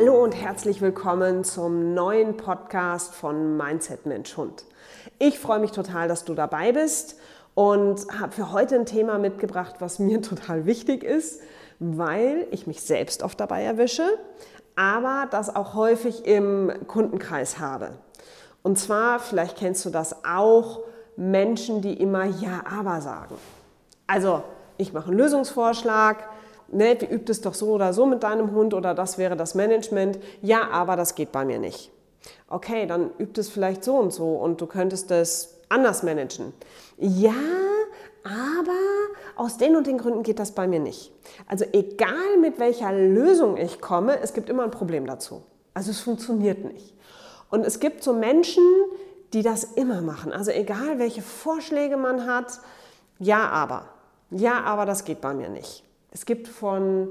Hallo und herzlich willkommen zum neuen Podcast von Mindset Mensch Hund. Ich freue mich total, dass du dabei bist und habe für heute ein Thema mitgebracht, was mir total wichtig ist, weil ich mich selbst oft dabei erwische, aber das auch häufig im Kundenkreis habe. Und zwar, vielleicht kennst du das auch, Menschen, die immer Ja, aber sagen. Also, ich mache einen Lösungsvorschlag, ne, wie übt es doch so oder so mit deinem Hund oder das wäre das Management. Ja, aber das geht bei mir nicht. Okay, dann übt es vielleicht so und so und du könntest es anders managen. Ja, aber aus den und den Gründen geht das bei mir nicht. Also egal mit welcher Lösung ich komme, es gibt immer ein Problem dazu. Also es funktioniert nicht. Und es gibt so Menschen, die das immer machen. Also egal welche Vorschläge man hat, ja, aber das geht bei mir nicht. Es gibt von,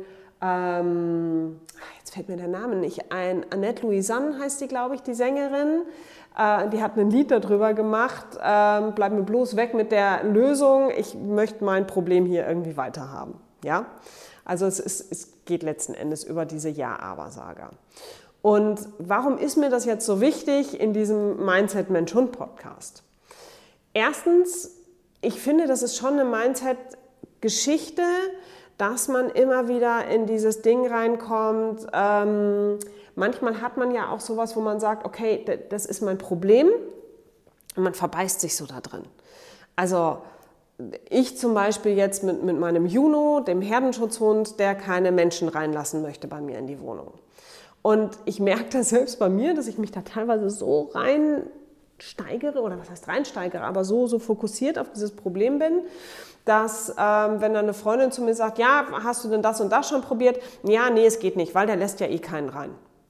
jetzt fällt mir der Name nicht ein, Annette Louisanne heißt die, glaube ich, die Sängerin. Die hat ein Lied darüber gemacht, bleib mir bloß weg mit der Lösung, ich möchte mein Problem hier irgendwie weiterhaben. Ja? Also es geht letzten Endes über diese Ja-Aber-Sager. Und warum ist mir das jetzt so wichtig in diesem Mindset Mensch Hund Podcast? Erstens, ich finde, das ist schon eine Mindset-Geschichte, dass man immer wieder in dieses Ding reinkommt. Manchmal hat man ja auch sowas, wo man sagt, okay, das ist mein Problem und man verbeißt sich so da drin. Also ich zum Beispiel jetzt mit meinem Juno, dem Herdenschutzhund, der keine Menschen reinlassen möchte bei mir in die Wohnung. Und ich merke das selbst bei mir, dass ich mich da teilweise so reinsteigere, oder was heißt reinsteigere, aber so fokussiert auf dieses Problem bin, dass wenn dann eine Freundin zu mir sagt, ja, hast du denn das und das schon probiert? Ja, nee, es geht nicht, weil der lässt ja eh keinen rein.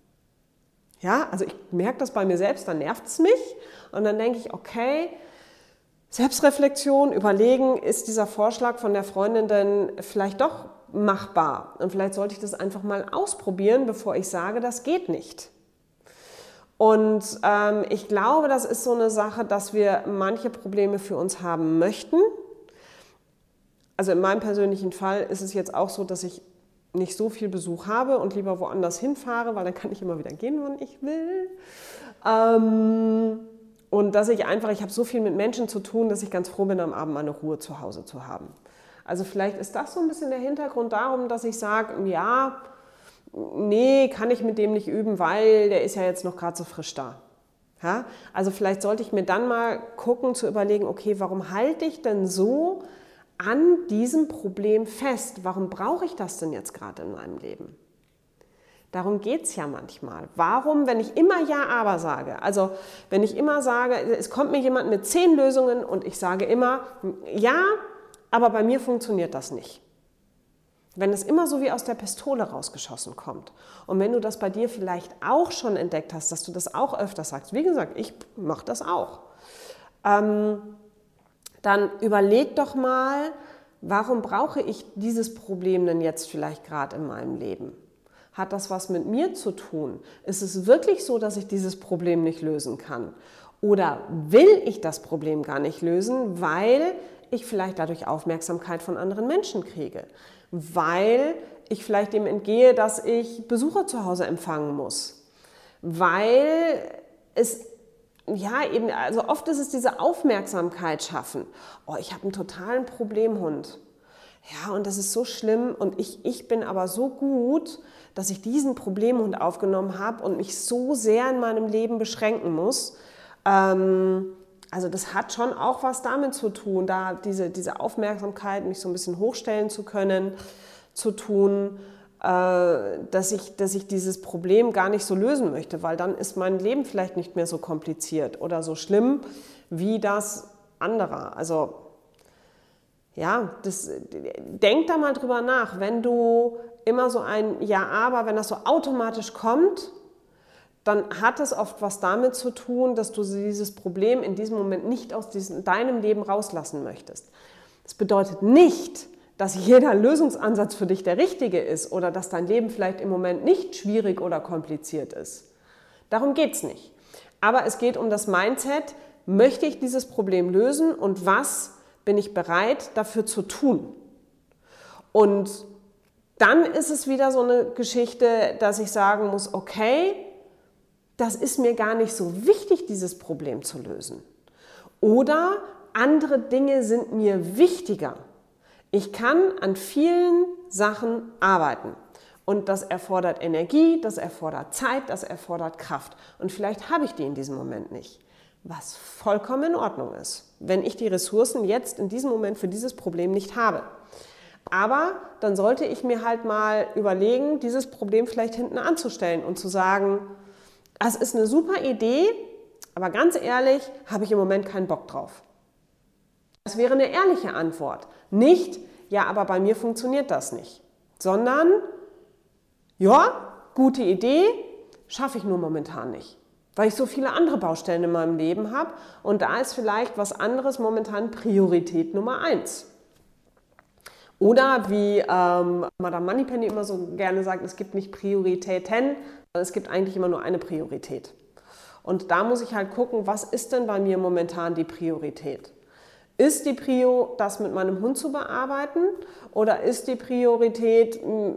Ja, also ich merke das bei mir selbst, dann nervt es mich und dann denke ich, okay, Selbstreflexion, überlegen, ist dieser Vorschlag von der Freundin denn vielleicht doch machbar? Und vielleicht sollte ich das einfach mal ausprobieren, bevor ich sage, das geht nicht. Und ich glaube, das ist so eine Sache, dass wir manche Probleme für uns haben möchten. Also in meinem persönlichen Fall ist es jetzt auch so, dass ich nicht so viel Besuch habe und lieber woanders hinfahre, weil dann kann ich immer wieder gehen, wann ich will. Und dass ich habe so viel mit Menschen zu tun, dass ich ganz froh bin, am Abend meine Ruhe zu Hause zu haben. Also vielleicht ist das so ein bisschen der Hintergrund darum, dass ich sage, ja, nee, kann ich mit dem nicht üben, weil der ist ja jetzt noch gerade so frisch da. Ja? Also vielleicht sollte ich mir dann mal gucken, zu überlegen, okay, warum halte ich denn so an diesem Problem fest? Warum brauche ich das denn jetzt gerade in meinem Leben? Darum geht es ja manchmal. Warum, wenn ich immer Ja, aber sage, also wenn ich immer sage, es kommt mir jemand mit 10 Lösungen und ich sage immer, ja, aber bei mir funktioniert das nicht. Wenn es immer so wie aus der Pistole rausgeschossen kommt und wenn du das bei dir vielleicht auch schon entdeckt hast, dass du das auch öfter sagst, wie gesagt, ich mache das auch, dann überleg doch mal, warum brauche ich dieses Problem denn jetzt vielleicht gerade in meinem Leben? Hat das was mit mir zu tun? Ist es wirklich so, dass ich dieses Problem nicht lösen kann? Oder will ich das Problem gar nicht lösen, weil ich vielleicht dadurch Aufmerksamkeit von anderen Menschen kriege? Weil ich vielleicht dem entgehe, dass ich Besucher zu Hause empfangen muss? Weil es also oft ist es diese Aufmerksamkeit schaffen. Oh, ich habe einen totalen Problemhund. Ja, und das ist so schlimm und ich bin aber so gut, dass ich diesen Problemhund aufgenommen habe und mich so sehr in meinem Leben beschränken muss. Also das hat schon auch was damit zu tun, da diese Aufmerksamkeit, mich so ein bisschen hochstellen zu können, zu tun, dass ich dieses Problem gar nicht so lösen möchte, weil dann ist mein Leben vielleicht nicht mehr so kompliziert oder so schlimm wie das anderer. Also ja, denk da mal drüber nach, wenn du immer so ein Ja, aber, wenn das so automatisch kommt, dann hat es oft was damit zu tun, dass du dieses Problem in diesem Moment nicht aus deinem Leben rauslassen möchtest. Das bedeutet nicht, dass jeder Lösungsansatz für dich der richtige ist oder dass dein Leben vielleicht im Moment nicht schwierig oder kompliziert ist. Darum geht es nicht. Aber es geht um das Mindset, möchte ich dieses Problem lösen und was bin ich bereit dafür zu tun? Und dann ist es wieder so eine Geschichte, dass ich sagen muss, okay, das ist mir gar nicht so wichtig, dieses Problem zu lösen. Oder andere Dinge sind mir wichtiger. Ich kann an vielen Sachen arbeiten. Und das erfordert Energie, das erfordert Zeit, das erfordert Kraft. Und vielleicht habe ich die in diesem Moment nicht. Was vollkommen in Ordnung ist, wenn ich die Ressourcen jetzt in diesem Moment für dieses Problem nicht habe. Aber dann sollte ich mir halt mal überlegen, dieses Problem vielleicht hinten anzustellen und zu sagen, das ist eine super Idee, aber ganz ehrlich, habe ich im Moment keinen Bock drauf. Das wäre eine ehrliche Antwort. Nicht, ja, aber bei mir funktioniert das nicht. Sondern, ja, gute Idee, schaffe ich nur momentan nicht. Weil ich so viele andere Baustellen in meinem Leben habe und da ist vielleicht was anderes momentan Priorität Nummer 1. Oder wie Madame Moneypenny immer so gerne sagt, es gibt nicht Prioritäten, sondern es gibt eigentlich immer nur eine Priorität. Und da muss ich halt gucken, was ist denn bei mir momentan die Priorität? Ist die Prio, das mit meinem Hund zu bearbeiten? Oder ist die Priorität,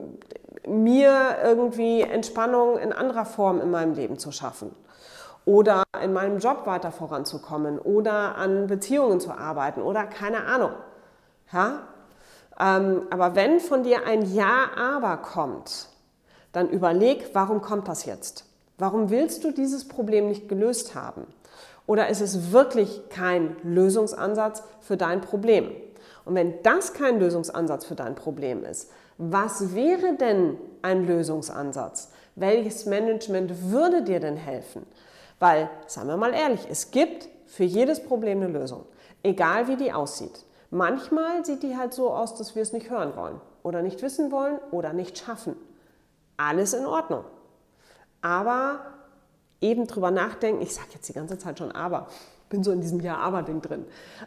mir irgendwie Entspannung in anderer Form in meinem Leben zu schaffen? Oder in meinem Job weiter voranzukommen? Oder an Beziehungen zu arbeiten? Oder keine Ahnung. Ja? Aber wenn von dir ein Ja, aber kommt, dann überleg, warum kommt das jetzt? Warum willst du dieses Problem nicht gelöst haben? Oder ist es wirklich kein Lösungsansatz für dein Problem? Und wenn das kein Lösungsansatz für dein Problem ist, was wäre denn ein Lösungsansatz? Welches Management würde dir denn helfen? Weil, seien wir mal ehrlich, es gibt für jedes Problem eine Lösung, egal wie die aussieht. Manchmal sieht die halt so aus, dass wir es nicht hören wollen oder nicht wissen wollen oder nicht schaffen. Alles in Ordnung. Aber eben drüber nachdenken, ich sage jetzt die ganze Zeit schon aber, bin so in diesem Ja-aber-Ding drin.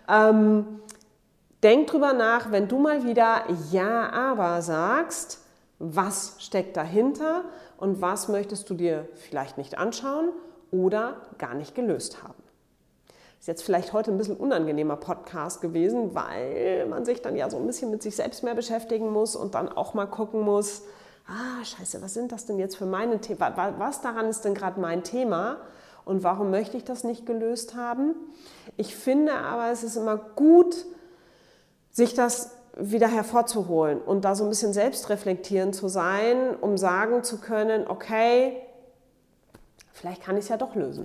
Denk drüber nach, wenn du mal wieder Ja-aber sagst, was steckt dahinter und was möchtest du dir vielleicht nicht anschauen oder gar nicht gelöst haben. Ist jetzt vielleicht heute ein bisschen unangenehmer Podcast gewesen, weil man sich dann ja so ein bisschen mit sich selbst mehr beschäftigen muss und dann auch mal gucken muss, scheiße, was sind das denn jetzt für meine Themen? Was daran ist denn gerade mein Thema und warum möchte ich das nicht gelöst haben? Ich finde aber, es ist immer gut, sich das wieder hervorzuholen und da so ein bisschen selbstreflektierend zu sein, um sagen zu können, okay, vielleicht kann ich es ja doch lösen.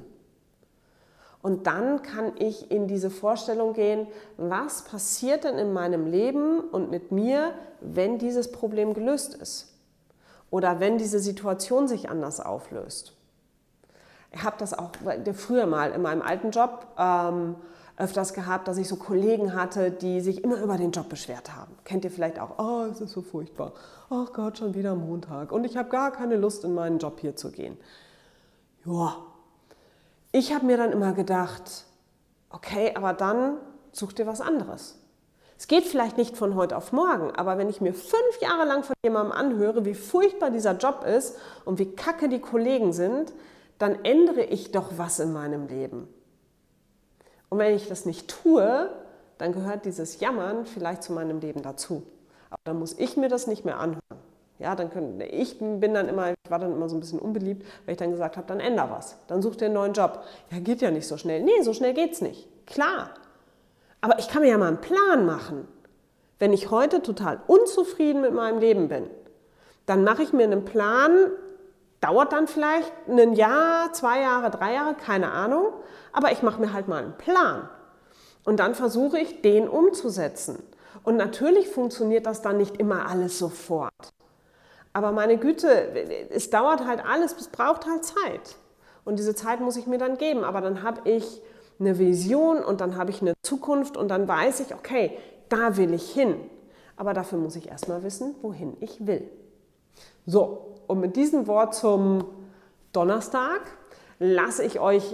Und dann kann ich in diese Vorstellung gehen, was passiert denn in meinem Leben und mit mir, wenn dieses Problem gelöst ist? Oder wenn diese Situation sich anders auflöst. Ich habe das auch früher mal in meinem alten Job öfters gehabt, dass ich so Kollegen hatte, die sich immer über den Job beschwert haben. Kennt ihr vielleicht auch? Oh, es ist so furchtbar. Ach Gott, schon wieder Montag. Und ich habe gar keine Lust, in meinen Job hier zu gehen. Ja. Ich habe mir dann immer gedacht, okay, aber dann such dir was anderes. Es geht vielleicht nicht von heute auf morgen, aber wenn ich mir 5 Jahre lang von jemandem anhöre, wie furchtbar dieser Job ist und wie kacke die Kollegen sind, dann ändere ich doch was in meinem Leben. Und wenn ich das nicht tue, dann gehört dieses Jammern vielleicht zu meinem Leben dazu. Aber dann muss ich mir das nicht mehr anhören. Ja, ich war dann immer so ein bisschen unbeliebt, weil ich dann gesagt habe, dann änder was, dann such dir einen neuen Job. Ja, geht ja nicht so schnell. Nee, so schnell geht's nicht. Klar. Aber ich kann mir ja mal einen Plan machen. Wenn ich heute total unzufrieden mit meinem Leben bin, dann mache ich mir einen Plan, dauert dann vielleicht ein Jahr, 2 Jahre, 3 Jahre, keine Ahnung, aber ich mache mir halt mal einen Plan. Und dann versuche ich, den umzusetzen. Und natürlich funktioniert das dann nicht immer alles sofort. Aber meine Güte, es dauert halt alles, es braucht halt Zeit. Und diese Zeit muss ich mir dann geben. Aber dann habe ich eine Vision und dann habe ich eine Zukunft und dann weiß ich, okay, da will ich hin. Aber dafür muss ich erstmal wissen, wohin ich will. So, und mit diesem Wort zum Donnerstag entlasse ich euch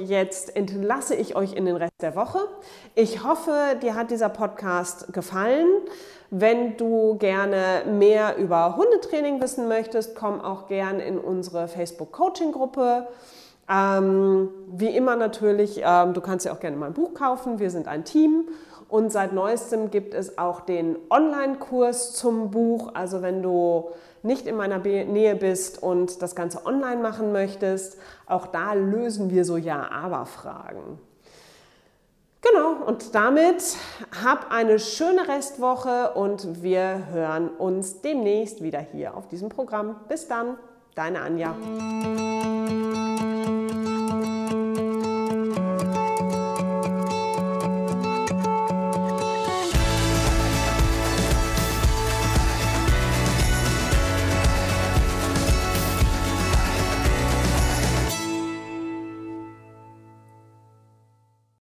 in den Rest der Woche. Ich hoffe, dir hat dieser Podcast gefallen. Wenn du gerne mehr über Hundetraining wissen möchtest, komm auch gern in unsere Facebook-Coaching-Gruppe. Wie immer natürlich, du kannst ja auch gerne mein Buch kaufen. Wir sind ein Team Und seit neuestem gibt es auch den Online-Kurs zum Buch. Also wenn du nicht in meiner Nähe bist und das Ganze online machen möchtest, auch da lösen wir so Ja-Aber-Fragen. Genau, und damit hab eine schöne Restwoche und wir hören uns demnächst wieder hier auf diesem Programm. Bis dann, deine Anja.